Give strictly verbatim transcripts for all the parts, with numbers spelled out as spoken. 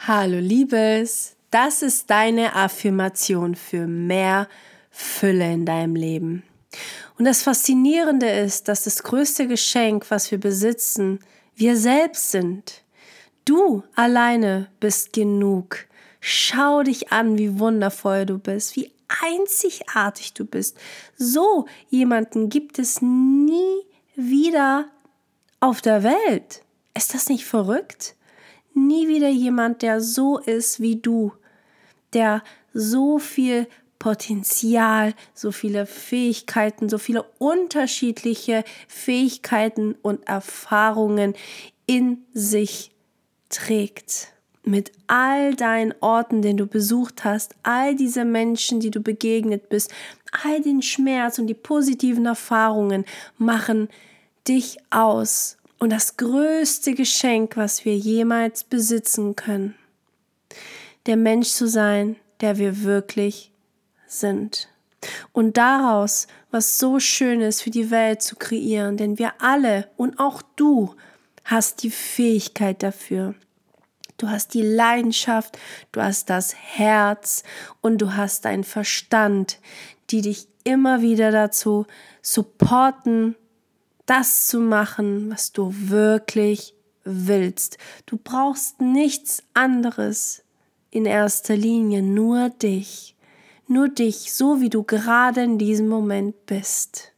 Hallo Liebes, das ist deine Affirmation für mehr Fülle in deinem Leben. Und das Faszinierende ist, dass das größte Geschenk, was wir besitzen, wir selbst sind. Du alleine bist genug. Schau dich an, wie wundervoll du bist, wie einzigartig du bist. So jemanden gibt es nie wieder auf der Welt. Ist das nicht verrückt? Nie wieder jemand, der so ist wie du, der so viel Potenzial, so viele Fähigkeiten, so viele unterschiedliche Fähigkeiten und Erfahrungen in sich trägt. Mit all deinen Orten, den du besucht hast, all diese Menschen, die du begegnet bist, all den Schmerz und die positiven Erfahrungen machen dich aus. Und das größte Geschenk, was wir jemals besitzen können, der Mensch zu sein, der wir wirklich sind. Und daraus was so Schönes für die Welt zu kreieren, denn wir alle und auch du hast die Fähigkeit dafür. Du hast die Leidenschaft, du hast das Herz und du hast deinen Verstand, die dich immer wieder dazu supporten, das zu machen, was du wirklich willst. Du brauchst nichts anderes in erster Linie, nur dich. Nur dich, so wie du gerade in diesem Moment bist.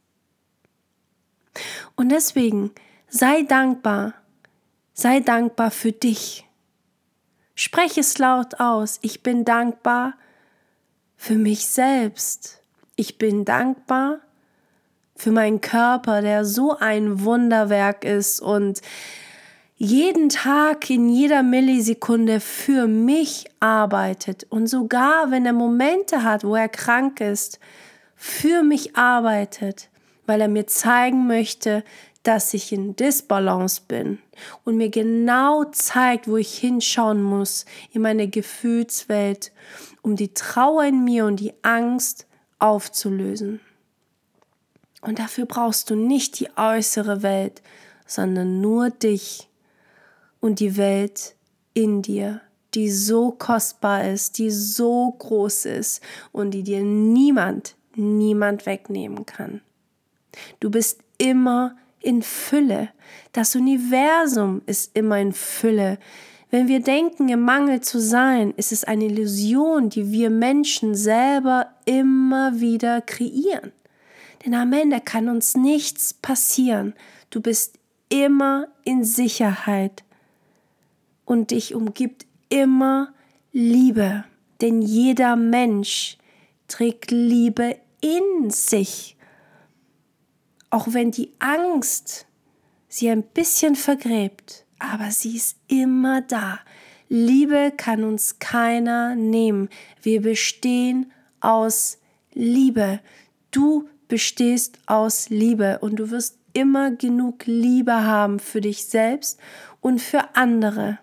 Und deswegen sei dankbar. Sei dankbar für dich. Sprech es laut aus. Ich bin dankbar für mich selbst. Ich bin dankbar für meinen Körper, der so ein Wunderwerk ist und jeden Tag in jeder Millisekunde für mich arbeitet und sogar wenn er Momente hat, wo er krank ist, für mich arbeitet, weil er mir zeigen möchte, dass ich in Disbalance bin und mir genau zeigt, wo ich hinschauen muss in meine Gefühlswelt, um die Trauer in mir und die Angst aufzulösen. Und dafür brauchst du nicht die äußere Welt, sondern nur dich und die Welt in dir, die so kostbar ist, die so groß ist und die dir niemand, niemand wegnehmen kann. Du bist immer in Fülle. Das Universum ist immer in Fülle. Wenn wir denken, im Mangel zu sein, ist es eine Illusion, die wir Menschen selber immer wieder kreieren. Denn am Ende kann uns nichts passieren. Du bist immer in Sicherheit und dich umgibt immer Liebe. Denn jeder Mensch trägt Liebe in sich. Auch wenn die Angst sie ein bisschen vergräbt, aber sie ist immer da. Liebe kann uns keiner nehmen. Wir bestehen aus Liebe. Du bestehst aus Liebe und du wirst immer genug Liebe haben für dich selbst und für andere.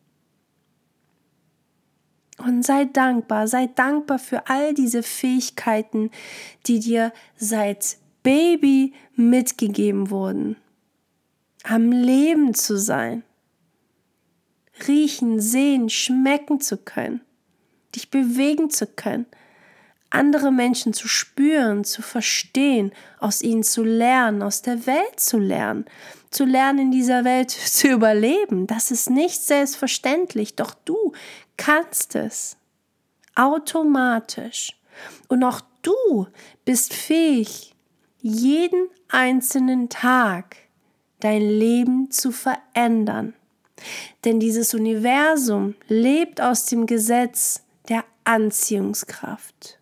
Und sei dankbar, sei dankbar für all diese Fähigkeiten, die dir seit Baby mitgegeben wurden. Am Leben zu sein, riechen, sehen, schmecken zu können, dich bewegen zu können, andere Menschen zu spüren, zu verstehen, aus ihnen zu lernen, aus der Welt zu lernen, zu lernen, in dieser Welt zu überleben. Das ist nicht selbstverständlich, doch du kannst es automatisch. Und auch du bist fähig, jeden einzelnen Tag dein Leben zu verändern. Denn dieses Universum lebt aus dem Gesetz der Anziehungskraft.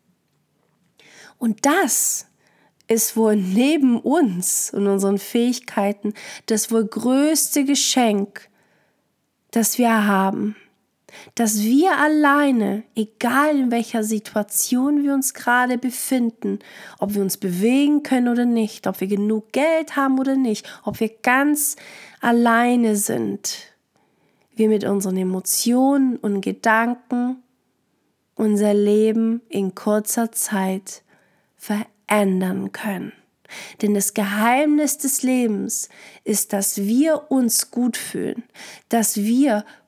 Und das ist wohl neben uns und unseren Fähigkeiten das wohl größte Geschenk, das wir haben. Dass wir alleine, egal in welcher Situation wir uns gerade befinden, ob wir uns bewegen können oder nicht, ob wir genug Geld haben oder nicht, ob wir ganz alleine sind, wir mit unseren Emotionen und Gedanken unser Leben in kurzer Zeit verändern können. Denn das Geheimnis des Lebens ist, dass wir uns gut fühlen, dass wir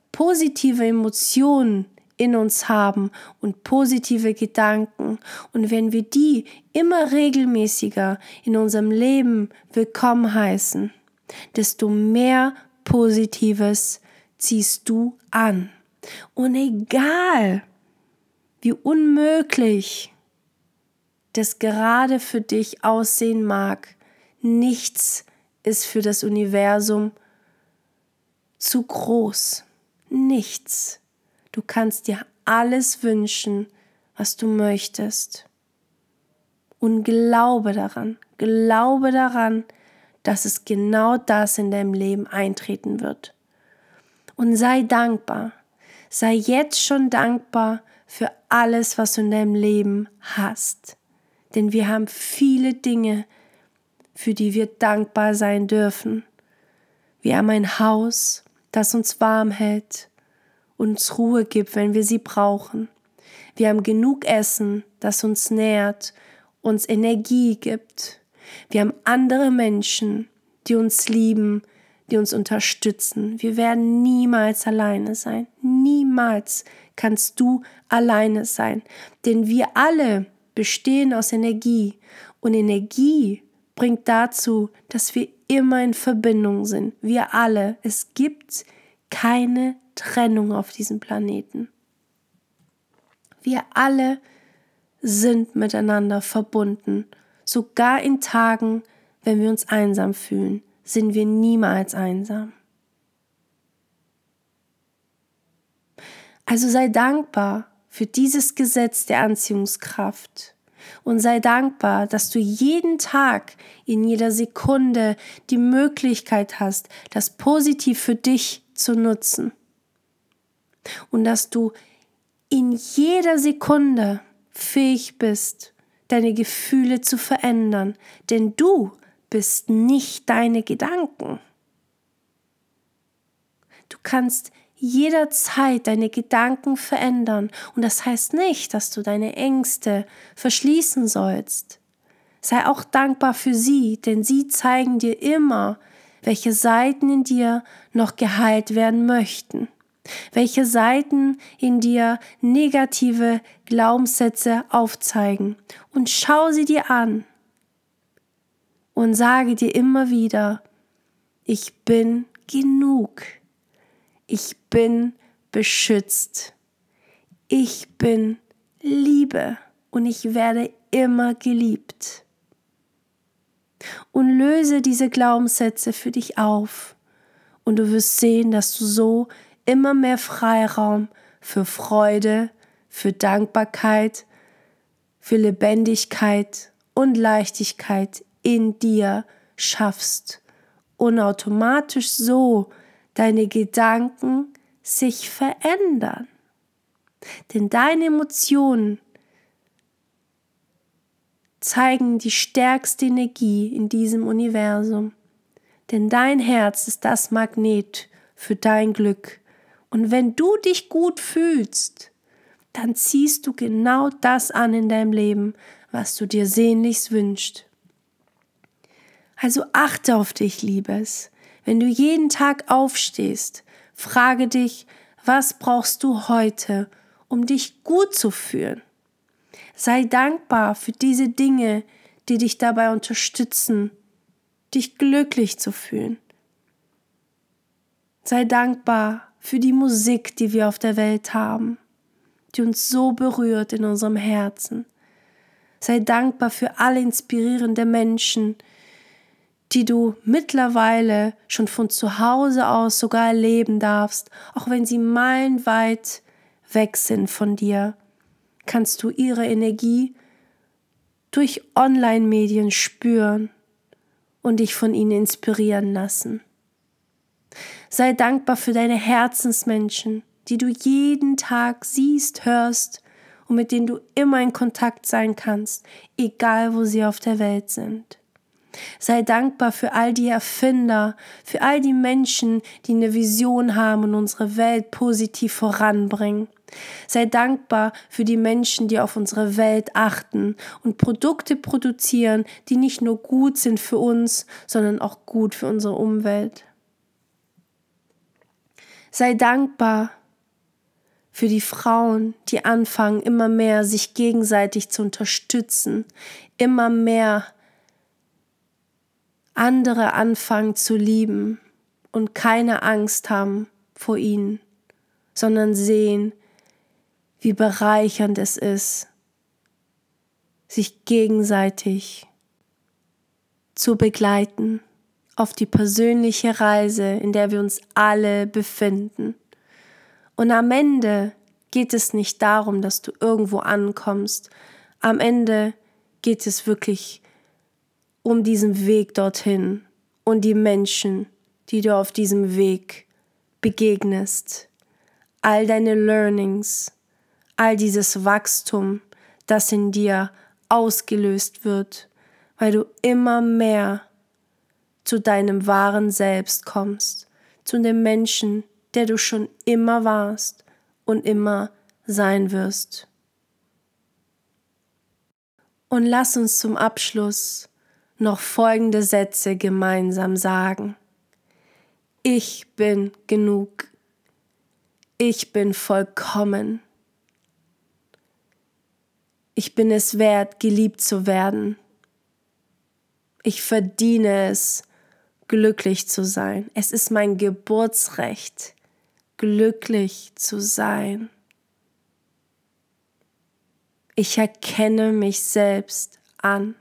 positive Emotionen in uns haben und positive Gedanken. Und wenn wir die immer regelmäßiger in unserem Leben willkommen heißen, desto mehr Positives ziehst du an. Und egal, wie unmöglich das gerade für dich aussehen mag, nichts ist für das Universum zu groß. Nichts. Du kannst dir alles wünschen, was du möchtest. Und glaube daran, glaube daran, dass es genau das in deinem Leben eintreten wird. Und sei dankbar. Sei jetzt schon dankbar für alles, was du in deinem Leben hast. Denn wir haben viele Dinge, für die wir dankbar sein dürfen. Wir haben ein Haus, das uns warm hält, uns Ruhe gibt, wenn wir sie brauchen. Wir haben genug Essen, das uns nährt, uns Energie gibt. Wir haben andere Menschen, die uns lieben, die uns unterstützen. Wir werden niemals alleine sein. Niemals kannst du alleine sein. Denn wir alle bestehen aus Energie. Und Energie bringt dazu, dass wir immer in Verbindung sind. Wir alle. Es gibt keine Trennung auf diesem Planeten. Wir alle sind miteinander verbunden. Sogar in Tagen, wenn wir uns einsam fühlen, sind wir niemals einsam. Also sei dankbar für dieses Gesetz der Anziehungskraft und sei dankbar, dass du jeden Tag, in jeder Sekunde die Möglichkeit hast, das positiv für dich zu nutzen und dass du in jeder Sekunde fähig bist, deine Gefühle zu verändern, denn du bist nicht deine Gedanken. Du kannst jederzeit deine Gedanken verändern und das heißt nicht, dass du deine Ängste verschließen sollst. Sei auch dankbar für sie, denn sie zeigen dir immer, welche Seiten in dir noch geheilt werden möchten. Welche Seiten in dir negative Glaubenssätze aufzeigen und schau sie dir an und sage dir immer wieder, ich bin genug, ich bin beschützt, ich bin Liebe und ich werde immer geliebt. Und löse diese Glaubenssätze für dich auf und du wirst sehen, dass du so immer mehr Freiraum für Freude, für Dankbarkeit, für Lebendigkeit und Leichtigkeit in dir schaffst und automatisch so deine Gedanken sich verändern. Denn deine Emotionen zeigen die stärkste Energie in diesem Universum. Denn dein Herz ist das Magnet für dein Glück. Und wenn du dich gut fühlst, dann ziehst du genau das an in deinem Leben, was du dir sehnlichst wünschst. Also achte auf dich, Liebes. Wenn du jeden Tag aufstehst, frage dich, was brauchst du heute, um dich gut zu fühlen? Sei dankbar für diese Dinge, die dich dabei unterstützen, dich glücklich zu fühlen. Sei dankbar für die Musik, die wir auf der Welt haben, die uns so berührt in unserem Herzen. Sei dankbar für alle inspirierenden Menschen, die du mittlerweile schon von zu Hause aus sogar erleben darfst, auch wenn sie meilenweit weg sind von dir, kannst du ihre Energie durch Online-Medien spüren und dich von ihnen inspirieren lassen. Sei dankbar für deine Herzensmenschen, die du jeden Tag siehst, hörst und mit denen du immer in Kontakt sein kannst, egal wo sie auf der Welt sind. Sei dankbar für all die Erfinder, für all die Menschen, die eine Vision haben und unsere Welt positiv voranbringen. Sei dankbar für die Menschen, die auf unsere Welt achten und Produkte produzieren, die nicht nur gut sind für uns, sondern auch gut für unsere Umwelt. Sei dankbar für die Frauen, die anfangen, immer mehr sich gegenseitig zu unterstützen, immer mehr andere anfangen zu lieben und keine Angst haben vor ihnen, sondern sehen, wie bereichernd es ist, sich gegenseitig zu begleiten auf die persönliche Reise, in der wir uns alle befinden. Und am Ende geht es nicht darum, dass du irgendwo ankommst. Am Ende geht es wirklich um diesen Weg dorthin und die Menschen, die du auf diesem Weg begegnest. All deine Learnings, all dieses Wachstum, das in dir ausgelöst wird, weil du immer mehr zu deinem wahren Selbst kommst, zu dem Menschen, der du schon immer warst und immer sein wirst. Und lass uns zum Abschluss noch folgende Sätze gemeinsam sagen. Ich bin genug. Ich bin vollkommen. Ich bin es wert, geliebt zu werden. Ich verdiene es, glücklich zu sein. Es ist mein Geburtsrecht, glücklich zu sein. Ich erkenne mich selbst an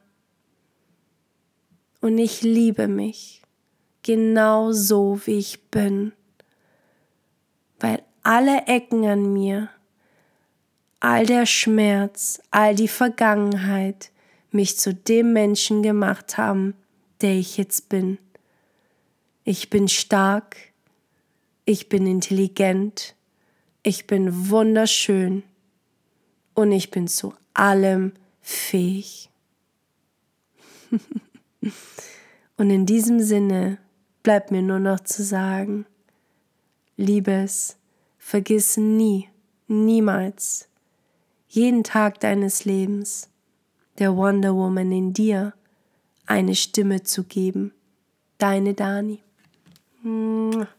und ich liebe mich genau so, wie ich bin, weil alle Ecken an mir, all der Schmerz, all die Vergangenheit mich zu dem Menschen gemacht haben, der ich jetzt bin. Ich bin stark, ich bin intelligent, ich bin wunderschön und ich bin zu allem fähig. Und in diesem Sinne bleibt mir nur noch zu sagen, Liebes, vergiss nie, niemals, jeden Tag deines Lebens der Wonder Woman in dir eine Stimme zu geben. Deine Dani.